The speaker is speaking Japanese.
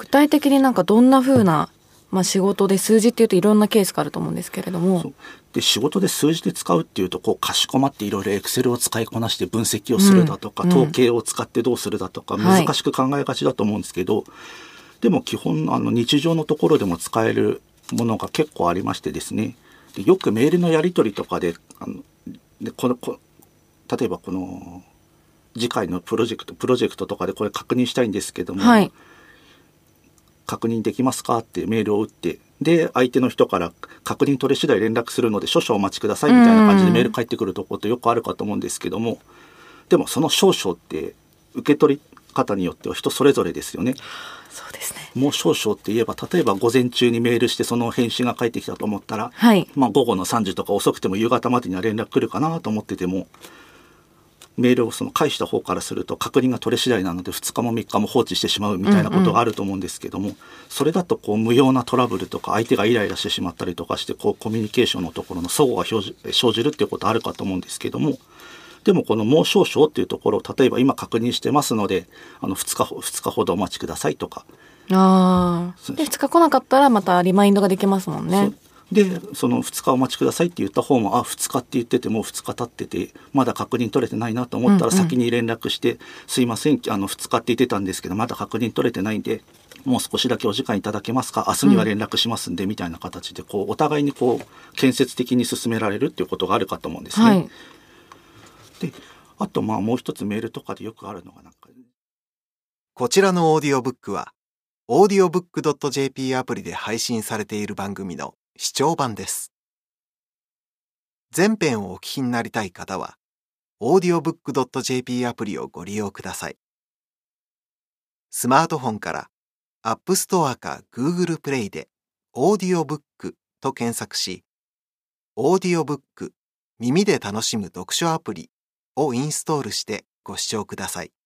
具体的になんかどんな風な、仕事で数字っていうといろんなケースがあると思うんですけれども。 で仕事で数字で使うっていうとこうかしこまっていろいろエクセルを使いこなして分析をするだとか、統計を使ってどうするだとか難しく考えがちだと思うんですけど、でも基本日常のところでも使えるものが結構ありましてですね。でよくメールのやり取りとかで例えばこの次回のプロジェクトとかでこれ確認したいんですけども、確認できますかってメールを打って、で相手の人から確認取れ次第連絡するので少々お待ちくださいみたいな感じでメール返ってくるところってよくあるかと思うんですけども、でもその少々って受け取り方によっては人それぞれですよね。 そうですね。 もう少々って言えば、例えば午前中にメールしてその返信が返ってきたと思ったら、午後の3時とか遅くても夕方までには連絡来るかなと思ってても、メールをその返した方からすると確認が取れ次第なので2日も3日も放置してしまうみたいなことがあると思うんですけども、それだとこう無用なトラブルとか相手がイライラしてしまったりとかしてこうコミュニケーションのところの齟齬が生じるっていうことあるかと思うんですけども、でもこのもう少々っていうところ、例えば今確認してますので2日ほどお待ちくださいとか、 で2日来なかったらまたリマインドができますもんね。 でその2日お待ちくださいって言った方も2日って言ってても2日経っててまだ確認取れてないなと思ったら先に連絡して、すいません2日って言ってたんですけどまだ確認取れてないんでもう少しだけお時間いただけますか、明日には連絡しますんでみたいな形でこうお互いにこう建設的に進められるっていうことがあるかと思うんですね。であともう一つメールとかでよくあるのがこちらのオーディオブックはaudiobook.jp アプリで配信されている番組の視聴版です。全編をお聞きになりたい方は audiobook.jp アプリをご利用ください。スマートフォンから App Store か Google Play でオーディオブックと検索し、オーディオブック耳で楽しむ読書アプリをインストールしてご視聴ください。